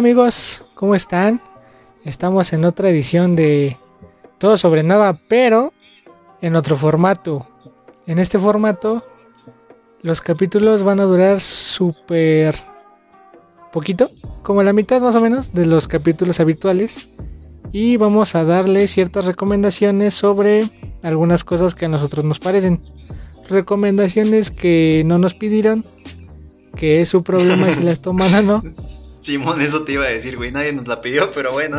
amigos, ¿cómo están? Estamos en otra edición de Todo sobre Nada, pero en otro formato. En este formato, los capítulos van a durar súper poquito, como la mitad más o menos de los capítulos habituales. Y vamos a darle ciertas recomendaciones sobre algunas cosas que a nosotros nos parecen. Recomendaciones que no nos pidieron, que es su problema si las toman o no. Simón, eso te iba a decir, güey, nadie nos la pidió, pero bueno.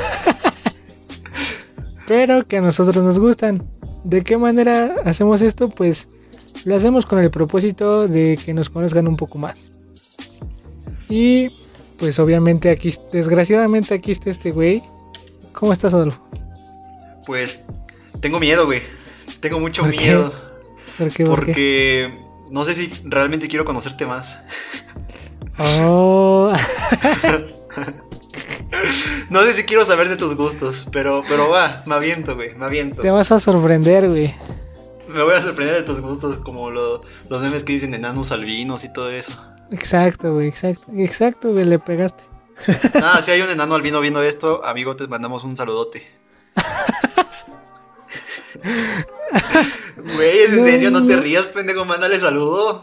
Pero que a nosotros nos gustan. ¿De qué manera hacemos esto? Pues lo hacemos con el propósito de que nos conozcan un poco más. Y pues obviamente aquí, desgraciadamente aquí está este güey. ¿Cómo estás, Adolfo? Pues tengo miedo, güey. Tengo mucho ¿Por qué? miedo. ¿Por qué? Porque no sé si realmente quiero conocerte más. Oh. No sé si quiero saber de tus gustos, pero va, me aviento, güey, me aviento. Te vas a sorprender, güey. Me voy a sorprender de tus gustos, como los memes que dicen enanos albinos y todo eso. Exacto, güey, exacto, güey, le pegaste. Ah, si hay un enano albino viendo esto, amigo, te mandamos un saludote. Güey, ¿es en serio? No te rías, pendejo, mándale saludo.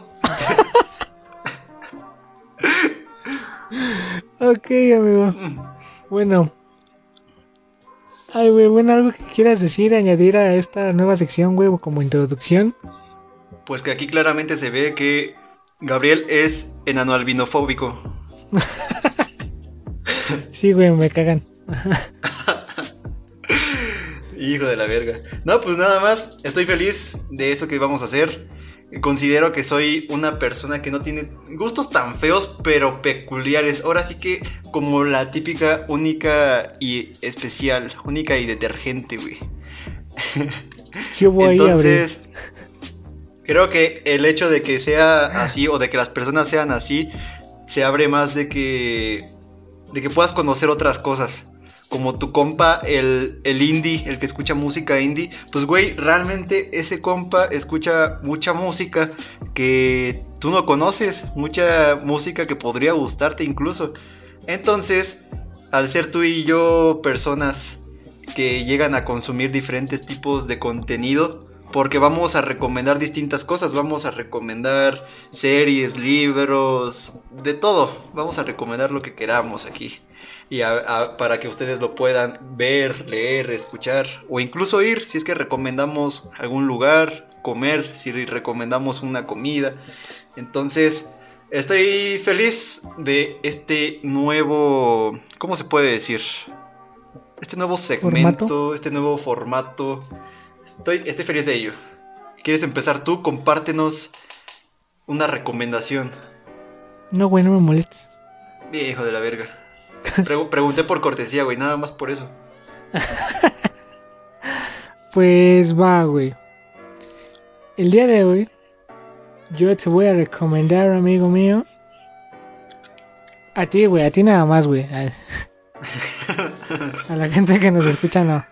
Ok, amigo. Bueno. Ay, güey, bueno, algo que quieras decir, añadir a esta nueva sección, güey, como introducción. Pues que aquí claramente se ve que Gabriel es enano albinofóbico. Sí, güey, me cagan. Hijo de la verga. No, pues nada más, estoy feliz de eso que vamos a hacer. Considero que soy una persona que no tiene gustos tan feos, pero peculiares. Ahora sí que como la típica, única y especial, única y detergente, güey. Yo voy Entonces, creo que el hecho de que sea así o de que las personas sean así, se abre más de que puedas conocer otras cosas. Como tu compa, el indie, el que escucha música indie, pues güey, realmente ese compa escucha mucha música que tú no conoces, mucha música que podría gustarte incluso. Entonces, al ser tú y yo personas que llegan a consumir diferentes tipos de contenido, porque vamos a recomendar distintas cosas, vamos a recomendar series, libros, de todo, vamos a recomendar lo que queramos aquí. Y para que ustedes lo puedan ver, leer, escuchar o incluso ir si es que recomendamos algún lugar, comer, si recomendamos una comida. Entonces, estoy feliz de este nuevo, ¿cómo se puede decir? Este nuevo segmento, ¿formato? Este nuevo formato. Estoy feliz de ello. ¿Quieres empezar tú? Compártenos una recomendación. No, güey, no me molestes. Viejo de la verga. Pregunté por cortesía, güey, nada más por eso. Pues va, güey. El día de hoy, yo te voy a recomendar, amigo mío. A ti, güey, a ti nada más, güey. A la gente que nos escucha, no.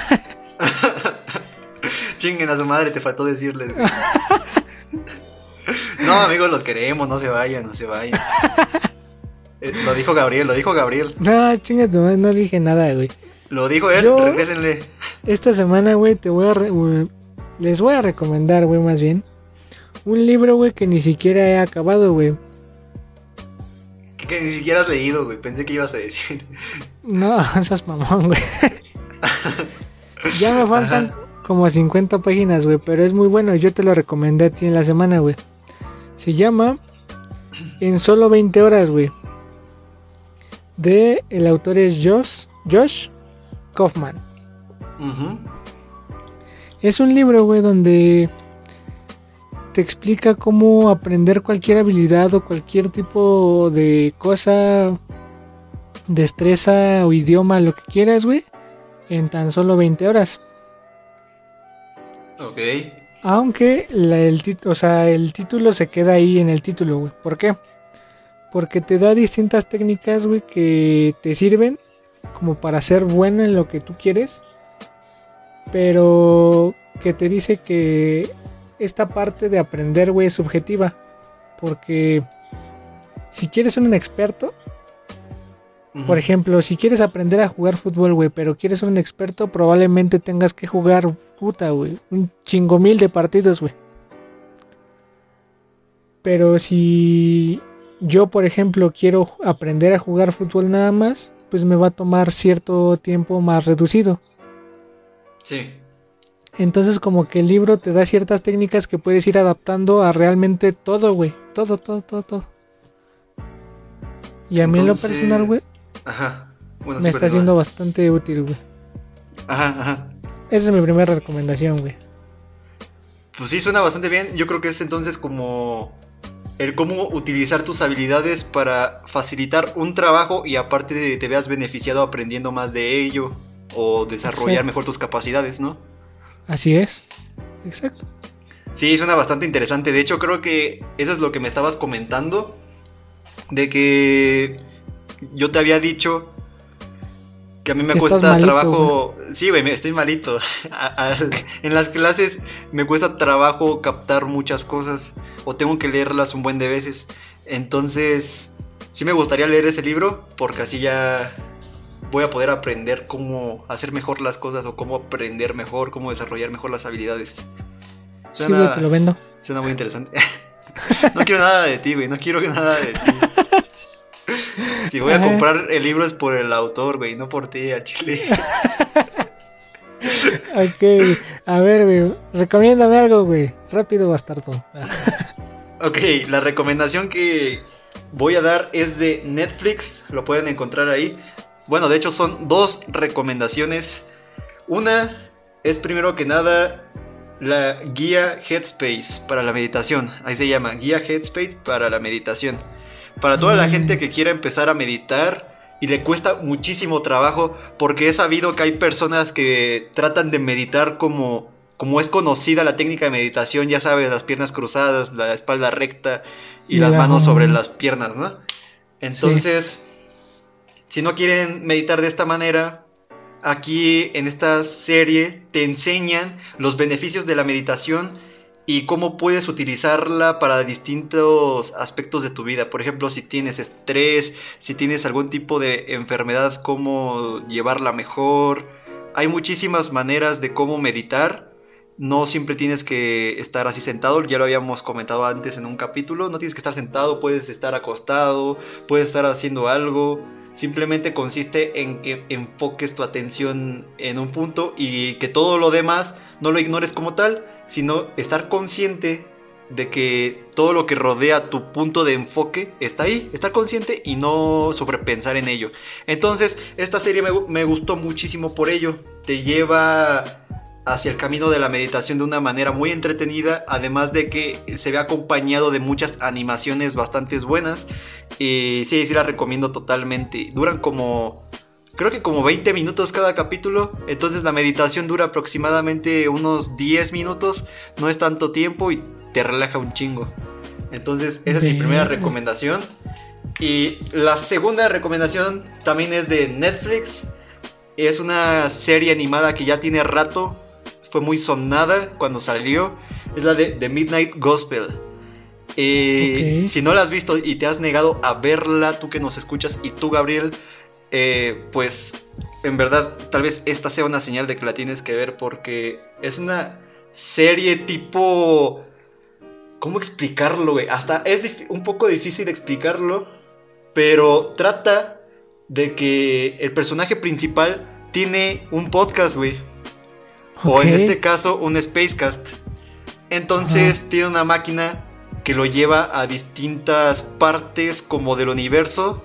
Chinguen a su madre, te faltó decirles, güey. No, amigos, los queremos, no se vayan, no se vayan. Lo dijo Gabriel. No, chinga tu madre, no dije nada, güey. Lo dijo él, regrésenle. Esta semana, güey, les voy a recomendar, güey, más bien un libro, güey, que ni siquiera he acabado, güey. Que ni siquiera has leído, güey, pensé que ibas a decir. No, esas mamón, güey. Ya me faltan como 50 páginas, güey, pero es muy bueno, yo te lo recomendé a ti en la semana, güey. Se llama En solo 20 horas, güey. El autor es Josh Kaufman. Uh-huh. Es un libro, güey, donde te explica cómo aprender cualquier habilidad o cualquier tipo de cosa, destreza o idioma, lo que quieras, güey, en tan solo 20 horas. Ok. Aunque el título se queda ahí en el título, güey. ¿Por qué? Porque te da distintas técnicas, güey, que te sirven como para ser bueno en lo que tú quieres. Pero que te dice que esta parte de aprender, güey, es subjetiva. Porque si quieres ser un experto, Por ejemplo, si quieres aprender a jugar fútbol, güey, pero quieres ser un experto, probablemente tengas que jugar, puta, güey, un chingo mil de partidos, güey. Pero si yo, por ejemplo, quiero aprender a jugar fútbol nada más, pues me va a tomar cierto tiempo más reducido. Sí. Entonces como que el libro te da ciertas técnicas que puedes ir adaptando a realmente todo, güey. Todo. Y a mí en lo personal, güey, ajá. Bueno, me está siendo bastante útil, güey. Ajá. Esa es mi primera recomendación, güey. Pues sí, suena bastante bien. Yo creo que es entonces como el cómo utilizar tus habilidades para facilitar un trabajo y aparte te veas beneficiado aprendiendo más de ello o desarrollar mejor tus capacidades, ¿no? Así es. Exacto. Sí, suena bastante interesante. De hecho, creo que eso es lo que me estabas comentando. De que yo te había dicho que a mí me cuesta malito, trabajo... Güey. Sí, güey, estoy malito. En las clases me cuesta trabajo captar muchas cosas. O tengo que leerlas un buen de veces. Entonces, sí me gustaría leer ese libro. Porque así ya voy a poder aprender cómo hacer mejor las cosas. O cómo aprender mejor, cómo desarrollar mejor las habilidades. Suena, sí, güey, te lo vendo. Suena muy interesante. No quiero nada de ti, güey. No quiero nada de ti. Si voy a comprar el libro es por el autor, güey, no por ti, al chile. Ok, a ver, güey, recomiéndame algo, güey. Rápido, bastardo. Ok, la recomendación que voy a dar es de Netflix, lo pueden encontrar ahí. Bueno, de hecho son dos recomendaciones. Una es primero que nada la guía Headspace para la meditación. Ahí se llama, guía Headspace para la meditación. Para toda la gente que quiera empezar a meditar y le cuesta muchísimo trabajo, porque he sabido que hay personas que tratan de meditar como es conocida la técnica de meditación, ya sabes, las piernas cruzadas, la espalda recta y las manos sobre las piernas, ¿no? Entonces, si no quieren meditar de esta manera, aquí en esta serie te enseñan los beneficios de la meditación y cómo puedes utilizarla para distintos aspectos de tu vida. Por ejemplo, si tienes estrés, si tienes algún tipo de enfermedad, cómo llevarla mejor. Hay muchísimas maneras de cómo meditar. No siempre tienes que estar así sentado, ya lo habíamos comentado antes en un capítulo. No tienes que estar sentado, puedes estar acostado, puedes estar haciendo algo. Simplemente consiste en que enfoques tu atención en un punto y que todo lo demás no lo ignores como tal, sino estar consciente de que todo lo que rodea tu punto de enfoque está ahí, estar consciente y no sobrepensar en ello. Entonces, esta serie me gustó muchísimo por ello. Te lleva hacia el camino de la meditación de una manera muy entretenida, además de que se ve acompañado de muchas animaciones bastante buenas. Y sí, la recomiendo totalmente. Duran creo que como 20 minutos cada capítulo. Entonces la meditación dura aproximadamente unos 10 minutos. No es tanto tiempo y te relaja un chingo. Entonces esa es mi primera recomendación. Y la segunda recomendación también es de Netflix. Es una serie animada que ya tiene rato. Fue muy sonada cuando salió. Es la de The Midnight Gospel. Si no la has visto y te has negado a verla, tú que nos escuchas, y tú, Gabriel, pues en verdad tal vez esta sea una señal de que la tienes que ver, porque es una serie tipo... ¿Cómo explicarlo, güey? Hasta es un poco difícil explicarlo, pero trata de que el personaje principal tiene un podcast, güey. O en este caso, un Spacecast. Entonces tiene una máquina que lo lleva a distintas partes como del universo.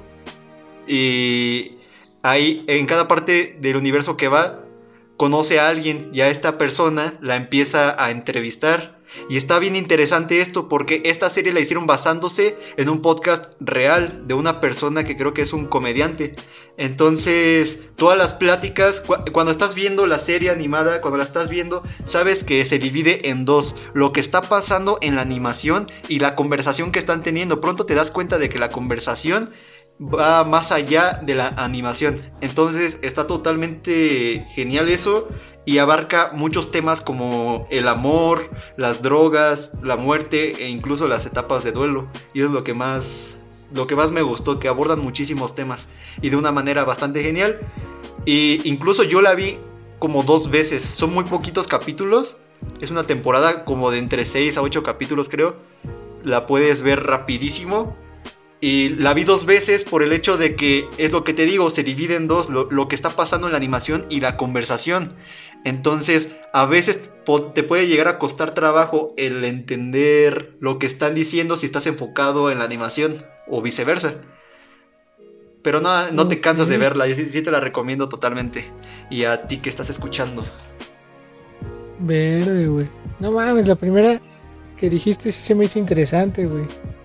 Y ahí, en cada parte del universo que va, conoce a alguien y a esta persona la empieza a entrevistar. Y está bien interesante esto porque esta serie la hicieron basándose en un podcast real de una persona que creo que es un comediante. Entonces, todas las pláticas, cuando estás viendo la serie animada, cuando la estás viendo, sabes que se divide en dos: lo que está pasando en la animación y la conversación que están teniendo. Pronto te das cuenta de que la conversación va más allá de la animación. Entonces, está totalmente genial eso. Y abarca muchos temas como el amor, las drogas, la muerte e incluso las etapas de duelo. Y es lo que más me gustó, que abordan muchísimos temas. y de una manera bastante genial. Y incluso yo la vi como 2 veces. Son muy poquitos capítulos. Es una temporada como de entre 6 a 8 capítulos, creo. La puedes ver rapidísimo. Y la vi 2 veces por el hecho de que, es lo que te digo, se divide en dos, lo que está pasando en la animación y la conversación. Entonces, a veces te puede llegar a costar trabajo el entender lo que están diciendo si estás enfocado en la animación o viceversa. Pero no te cansas de verla, yo sí te la recomiendo totalmente. Y a ti que estás escuchando. Verde, güey. No mames, la primera que dijiste sí se me hizo interesante, güey.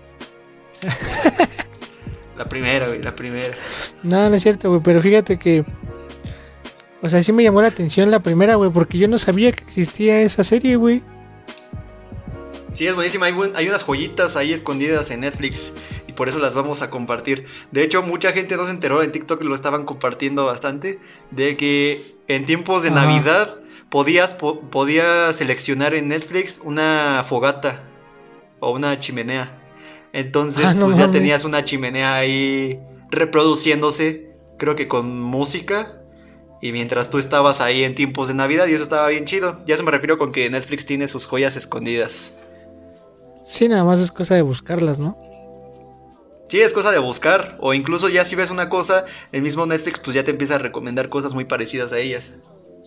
La primera, güey, la primera. No es cierto, güey, pero fíjate que... O sea, sí me llamó la atención la primera, güey, porque yo no sabía que existía esa serie, güey. Sí, es buenísima, hay unas joyitas ahí escondidas en Netflix y por eso las vamos a compartir. De hecho, mucha gente no se enteró, en TikTok lo estaban compartiendo bastante, de que en tiempos de Navidad podías seleccionar en Netflix una fogata o una chimenea. Entonces, pues ya tenías una chimenea ahí reproduciéndose, creo que con música. Y mientras tú estabas ahí en tiempos de Navidad, y eso estaba bien chido. Ya se me refiero con que Netflix tiene sus joyas escondidas. Sí, nada más es cosa de buscarlas, ¿no? Sí, es cosa de buscar. O incluso ya si ves una cosa, el mismo Netflix pues ya te empieza a recomendar cosas muy parecidas a ellas.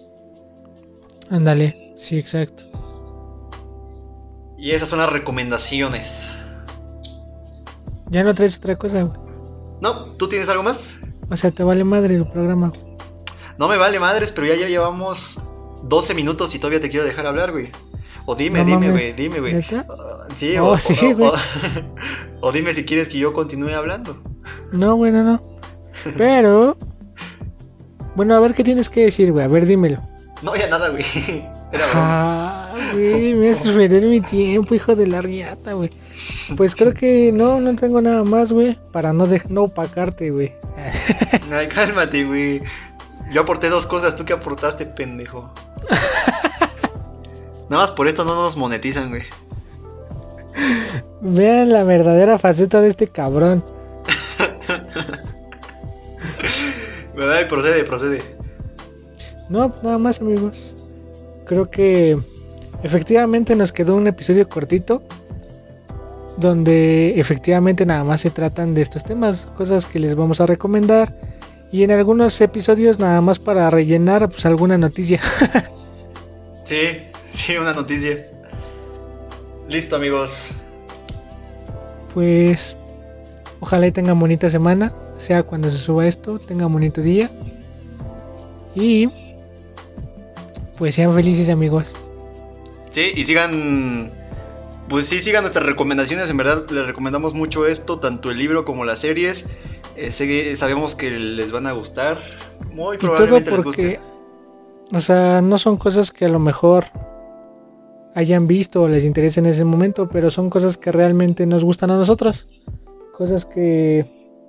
Ándale, sí, exacto. Y esas son las recomendaciones. Ya no traes otra cosa, güey. No, ¿tú tienes algo más? O sea, te vale madre el programa. No me vale madres, pero ya llevamos 12 minutos y todavía te quiero dejar hablar, güey. O dime, güey. ¿Neta? Sí, sí, güey. O dime si quieres que yo continúe hablando. No, güey, no. Pero... Bueno, a ver, ¿qué tienes que decir, güey? A ver, dímelo. No, ya nada, güey. Era broma. Güey, me haces perder mi tiempo, hijo de la riata, güey. Pues creo que no tengo nada más, güey. Para no opacarte, güey. Ay, cálmate, güey. Yo aporté 2 cosas, ¿tú qué aportaste, pendejo? Nada más por esto no nos monetizan, güey. Vean la verdadera faceta de este cabrón. ¿Verdad? Procede. No, nada más, amigos. Creo que efectivamente nos quedó un episodio cortito, donde efectivamente nada más se tratan de estos temas, cosas que les vamos a recomendar. Y en algunos episodios nada más para rellenar pues alguna noticia. Sí, una noticia. Listo, amigos. Pues ojalá y tengan bonita semana, sea cuando se suba esto, tengan bonito día. Y pues sean felices, amigos. Sí, y sigan nuestras recomendaciones. En verdad les recomendamos mucho esto, tanto el libro como las series. Sabemos que les van a gustar. Muy probablemente les guste. O sea, no son cosas que a lo mejor hayan visto o les interesen en ese momento, pero son cosas que realmente nos gustan a nosotros. Cosas que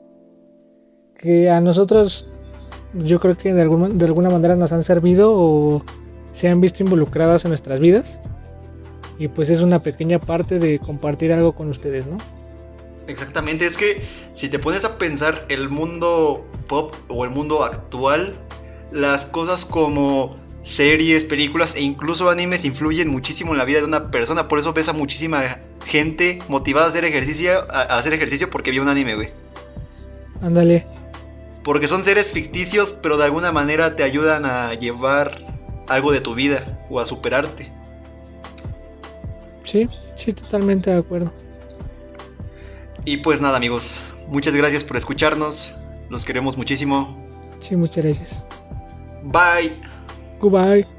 a nosotros yo creo que de alguna manera nos han servido o se han visto involucradas en nuestras vidas. Y pues es una pequeña parte de compartir algo con ustedes, ¿no? Exactamente, es que si te pones a pensar el mundo pop o el mundo actual, las cosas como series, películas e incluso animes influyen muchísimo en la vida de una persona. Por eso ves a muchísima gente motivada a hacer ejercicio porque vio un anime, güey. Ándale. Porque son seres ficticios, pero de alguna manera te ayudan a llevar algo de tu vida o a superarte. Sí, totalmente de acuerdo. Y pues nada, amigos, muchas gracias por escucharnos. Los queremos muchísimo. Sí, muchas gracias. Bye. Goodbye.